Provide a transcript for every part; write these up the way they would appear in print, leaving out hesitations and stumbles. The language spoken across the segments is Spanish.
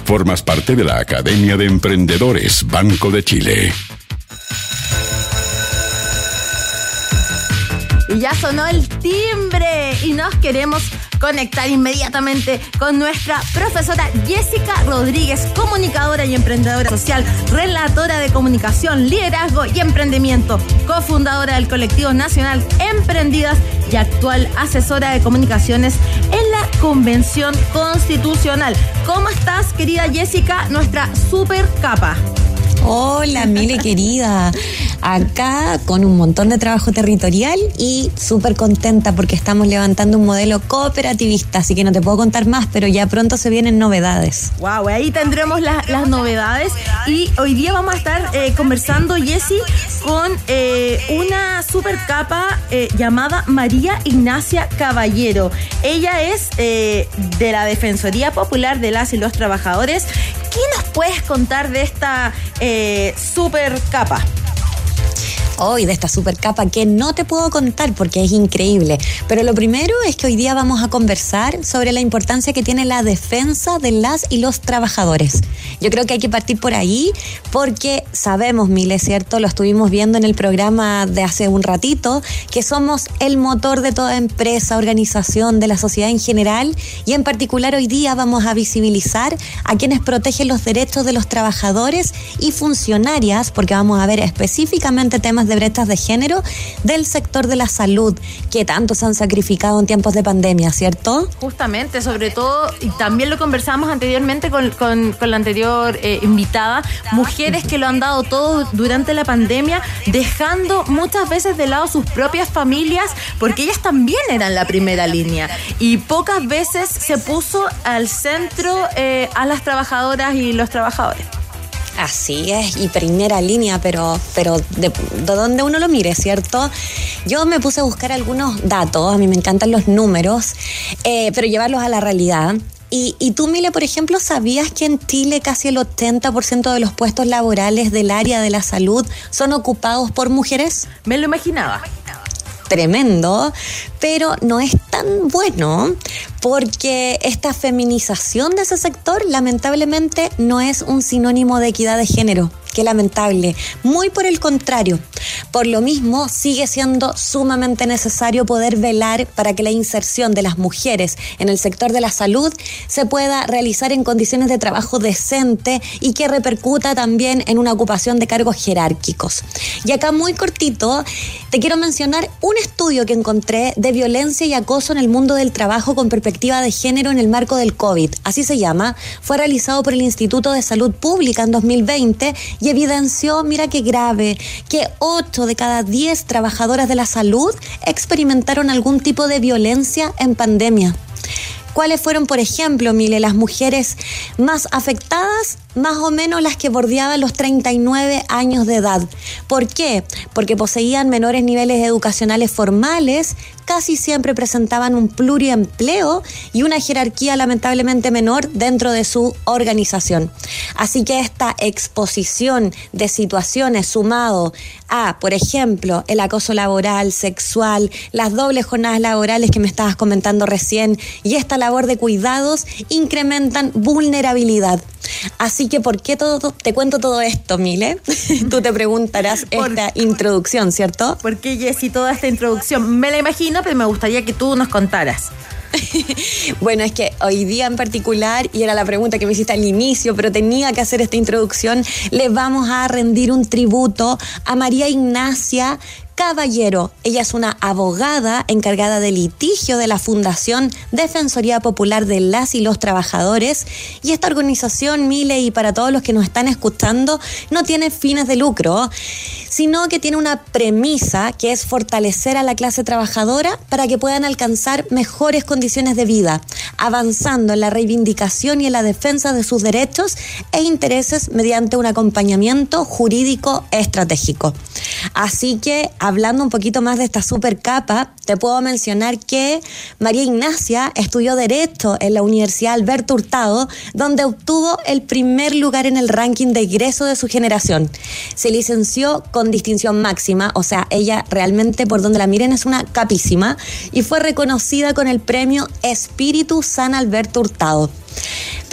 Formas parte de la Academia de Emprendedores Banco de Chile. Y ya sonó el timbre y nos queremos conectar inmediatamente con nuestra profesora Jessica Rodríguez, comunicadora y emprendedora social, relatora de comunicación, liderazgo y emprendimiento, cofundadora del colectivo nacional Emprendidas y actual asesora de comunicaciones en la Convención Constitucional. ¿Cómo estás, querida Jessica, nuestra super capa? Hola, Mile querida, acá con un montón de trabajo territorial y súper contenta porque estamos levantando un modelo cooperativista, así que no te puedo contar más, pero ya pronto se vienen novedades. Wow, ahí tendremos las novedades y hoy día vamos a estar conversando, Jessy, con una super capa llamada María Ignacia Caballero. Ella es de la Defensoría Popular de las y los Trabajadores. ¿Qué nos puedes contar de esta super capa? Hoy de esta super capa que no te puedo contar porque es increíble, pero lo primero es que hoy día vamos a conversar sobre la importancia que tiene la defensa de las y los trabajadores. Yo creo que hay que partir por ahí porque sabemos, Mile, ¿cierto? Lo estuvimos viendo en el programa de hace un ratito, que somos el motor de toda empresa, organización, de la sociedad en general, y en particular hoy día vamos a visibilizar a quienes protegen los derechos de los trabajadores y funcionarias, porque vamos a ver específicamente temas de brechas de género del sector de la salud, que tanto se han sacrificado en tiempos de pandemia, ¿cierto? Justamente, sobre todo, y también lo conversamos anteriormente con la anterior invitada, mujeres que lo han dado todo durante la pandemia, dejando muchas veces de lado sus propias familias, porque ellas también eran la primera línea, y pocas veces se puso al centro a las trabajadoras y los trabajadores. Así es, y primera línea, pero de donde uno lo mire, ¿cierto? Yo me puse a buscar algunos datos, a mí me encantan los números, pero llevarlos a la realidad. Y tú, Mile, por ejemplo, ¿sabías que en Chile casi el 80% de los puestos laborales del área de la salud son ocupados por mujeres? Me lo imaginaba. Tremendo, pero no es tan bueno porque esta feminización de ese sector lamentablemente no es un sinónimo de equidad de género. Qué lamentable, muy por el contrario. Por lo mismo, sigue siendo sumamente necesario poder velar para que la inserción de las mujeres en el sector de la salud se pueda realizar en condiciones de trabajo decente y que repercuta también en una ocupación de cargos jerárquicos. Y acá muy cortito, te quiero mencionar un estudio que encontré de violencia y acoso en el mundo del trabajo con perspectiva de género en el marco del COVID. Así se llama. Fue realizado por el Instituto de Salud Pública en 2020 y evidenció, mira qué grave, que 8 de cada 10 trabajadoras de la salud experimentaron algún tipo de violencia en pandemia. ¿Cuáles fueron, por ejemplo, Mile, las mujeres más afectadas? Más o menos las que bordeaban los 39 años de edad. ¿Por qué? Porque poseían menores niveles educacionales formales, casi siempre presentaban un pluriempleo y una jerarquía lamentablemente menor dentro de su organización. Así que esta exposición de situaciones sumado a, por ejemplo, el acoso laboral, sexual, las dobles jornadas laborales que me estabas comentando recién y esta labor de cuidados incrementan vulnerabilidad. Así que, ¿por qué te cuento todo esto, Mile? Tú te preguntarás esta introducción, ¿cierto? ¿Por qué, Jessy, toda esta introducción? Me la imagino, pero me gustaría que tú nos contaras. Bueno, es que hoy día en particular, y era la pregunta que me hiciste al inicio, pero tenía que hacer esta introducción, le vamos a rendir un tributo a María Ignacia Caballero. Ella es una abogada encargada de litigio de la Fundación Defensoría Popular de las y los Trabajadores, y esta organización, Mile, y para todos los que nos están escuchando, no tiene fines de lucro, sino que tiene una premisa que es fortalecer a la clase trabajadora para que puedan alcanzar mejores condiciones de vida, avanzando en la reivindicación y en la defensa de sus derechos e intereses mediante un acompañamiento jurídico estratégico. Así que, hablando un poquito más de esta super capa, te puedo mencionar que María Ignacia estudió Derecho en la Universidad Alberto Hurtado, donde obtuvo el primer lugar en el ranking de egreso de su generación. Se licenció con distinción máxima, o sea, ella realmente, por donde la miren, es una capísima, y fue reconocida con el premio Espíritu San Alberto Hurtado.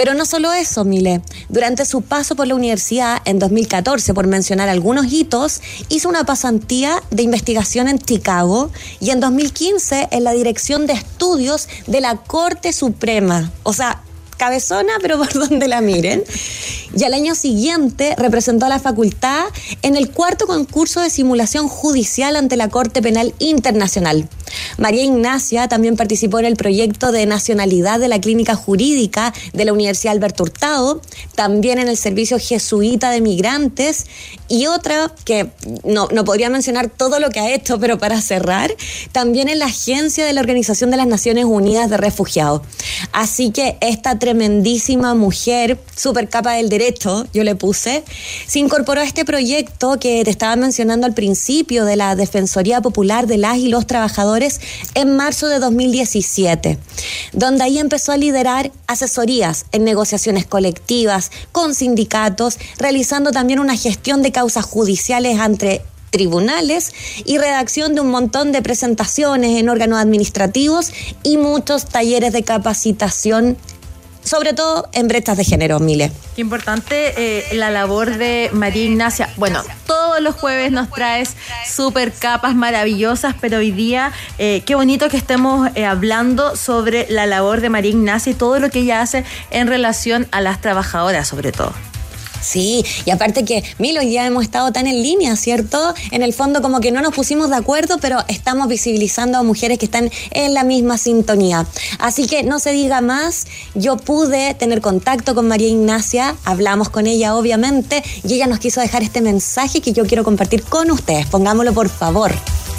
Pero no solo eso, Mile. Durante su paso por la universidad en 2014, por mencionar algunos hitos, hizo una pasantía de investigación en Chicago y en 2015 en la Dirección de Estudios de la Corte Suprema. O sea, cabezona, pero por donde la miren. Y al año siguiente representó a la facultad en el 4º concurso de simulación judicial ante la Corte Penal Internacional. María Ignacia también participó en el proyecto de nacionalidad de la Clínica Jurídica de la Universidad Alberto Hurtado, también en el Servicio Jesuita de Migrantes, y otra que no podría mencionar todo lo que ha hecho, pero para cerrar, también en la Agencia de la Organización de las Naciones Unidas de Refugiados. Así que esta tremendísima mujer, súper capa del derecho, yo le puse, se incorporó a este proyecto que te estaba mencionando al principio de la Defensoría Popular de las y los Trabajadores en marzo de 2017, donde ahí empezó a liderar asesorías en negociaciones colectivas con sindicatos, realizando también una gestión de causas judiciales ante tribunales y redacción de un montón de presentaciones en órganos administrativos y muchos talleres de capacitación, sobre todo en brechas de género, Mile. Qué importante la labor de María Ignacia. Bueno, todos los jueves nos traes súper capas maravillosas, pero hoy día qué bonito que estemos hablando sobre la labor de María Ignacia y todo lo que ella hace en relación a las trabajadoras, sobre todo. Sí, y aparte que, Milo, hoy día hemos estado tan en línea, ¿cierto? En el fondo como que no nos pusimos de acuerdo, pero estamos visibilizando a mujeres que están en la misma sintonía. Así que no se diga más, yo pude tener contacto con María Ignacia, hablamos con ella obviamente, y ella nos quiso dejar este mensaje que yo quiero compartir con ustedes. Pongámoslo, por favor.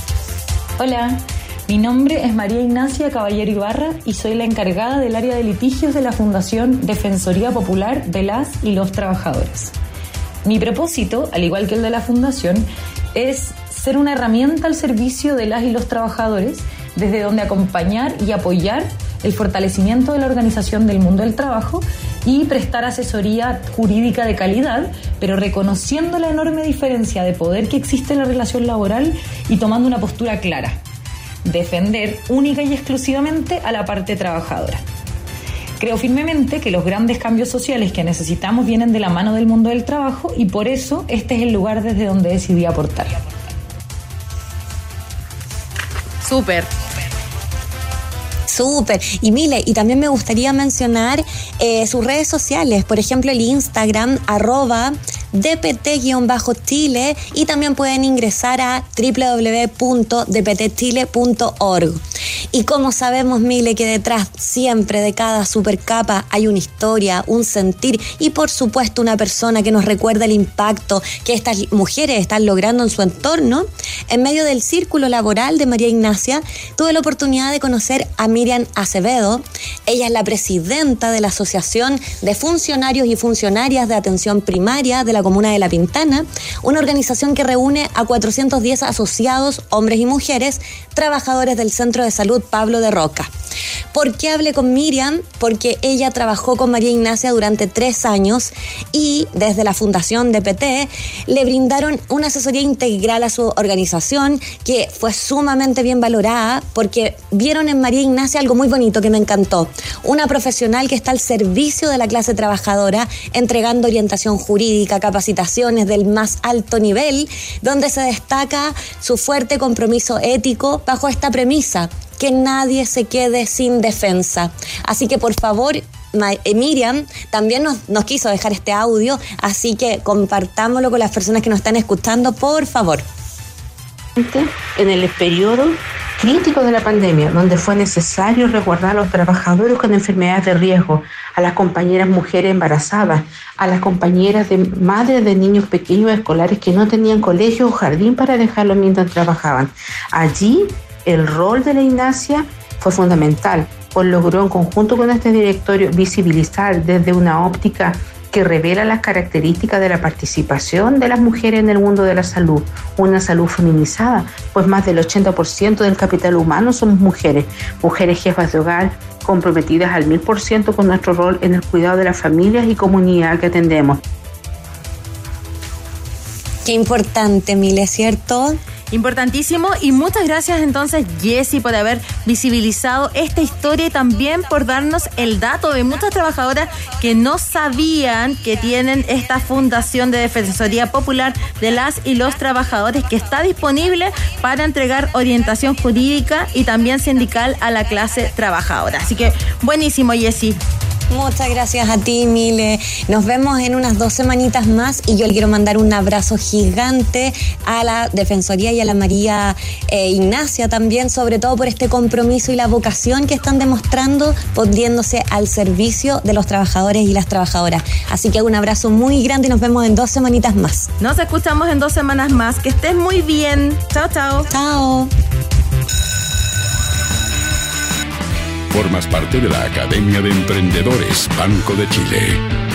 Hola. Mi nombre es María Ignacia Caballero Ibarra y soy la encargada del área de litigios de la Fundación Defensoría Popular de las y los Trabajadores. Mi propósito, al igual que el de la Fundación, es ser una herramienta al servicio de las y los trabajadores, desde donde acompañar y apoyar el fortalecimiento de la organización del mundo del trabajo y prestar asesoría jurídica de calidad, pero reconociendo la enorme diferencia de poder que existe en la relación laboral y tomando una postura clara. Defender única y exclusivamente a la parte trabajadora. Creo firmemente que los grandes cambios sociales que necesitamos vienen de la mano del mundo del trabajo y por eso este es el lugar desde donde decidí aportar. Súper. Súper. Y Mile, y también me gustaría mencionar sus redes sociales, por ejemplo el Instagram, @dpt_chile, y también pueden ingresar a www.dptchile.org. Y como sabemos, Mile, que detrás siempre de cada supercapa hay una historia, un sentir y por supuesto una persona que nos recuerda el impacto que estas mujeres están logrando en su entorno. En medio del círculo laboral de María Ignacia, tuve la oportunidad de conocer a Miriam Acevedo. Ella es la presidenta de la Asociación de Funcionarios y Funcionarias de Atención Primaria de la Comuna de La Pintana, una organización que reúne a 410 asociados, hombres y mujeres, trabajadores del Centro de Salud Pablo de Roca. ¿Por qué hablé con Miriam? Porque ella trabajó con María Ignacia durante 3 años y desde la Fundación DPT le brindaron una asesoría integral a su organización que fue sumamente bien valorada porque vieron en María Ignacia algo muy bonito que me encantó. Una profesional que está al servicio de la clase trabajadora, entregando orientación jurídica, capacitaciones del más alto nivel, donde se destaca su fuerte compromiso ético bajo esta premisa: que nadie se quede sin defensa. Así que por favor, Miriam también nos quiso dejar este audio, así que compartámoslo con las personas que nos están escuchando, por favor. En el periodo crítico de la pandemia, donde fue necesario resguardar a los trabajadores con enfermedades de riesgo, a las compañeras mujeres embarazadas, a las compañeras de madres de niños pequeños escolares que no tenían colegio o jardín para dejarlos mientras trabajaban. Allí el rol de la Ignacia fue fundamental, pues logró en conjunto con este directorio visibilizar desde una óptica que revela las características de la participación de las mujeres en el mundo de la salud, una salud feminizada, pues más del 80% del capital humano somos mujeres jefas de hogar, comprometidas al 1000% con nuestro rol en el cuidado de las familias y comunidad que atendemos. Qué importante, Mile, ¿cierto? Importantísimo, y muchas gracias entonces, Jessy, por haber visibilizado esta historia y también por darnos el dato de muchas trabajadoras que no sabían que tienen esta Fundación de Defensoría Popular de las y los Trabajadores, que está disponible para entregar orientación jurídica y también sindical a la clase trabajadora. Así que buenísimo, Jessy. Muchas gracias a ti, Mile. Nos vemos en unas 2 semanitas más y yo le quiero mandar un abrazo gigante a la Defensoría y a la María Ignacia también, sobre todo por este compromiso y la vocación que están demostrando, poniéndose al servicio de los trabajadores y las trabajadoras. Así que un abrazo muy grande y nos vemos en 2 semanitas más. Nos escuchamos en 2 semanas más. Que estés muy bien. Chao, chao. Chao. Formas parte de la Academia de Emprendedores Banco de Chile.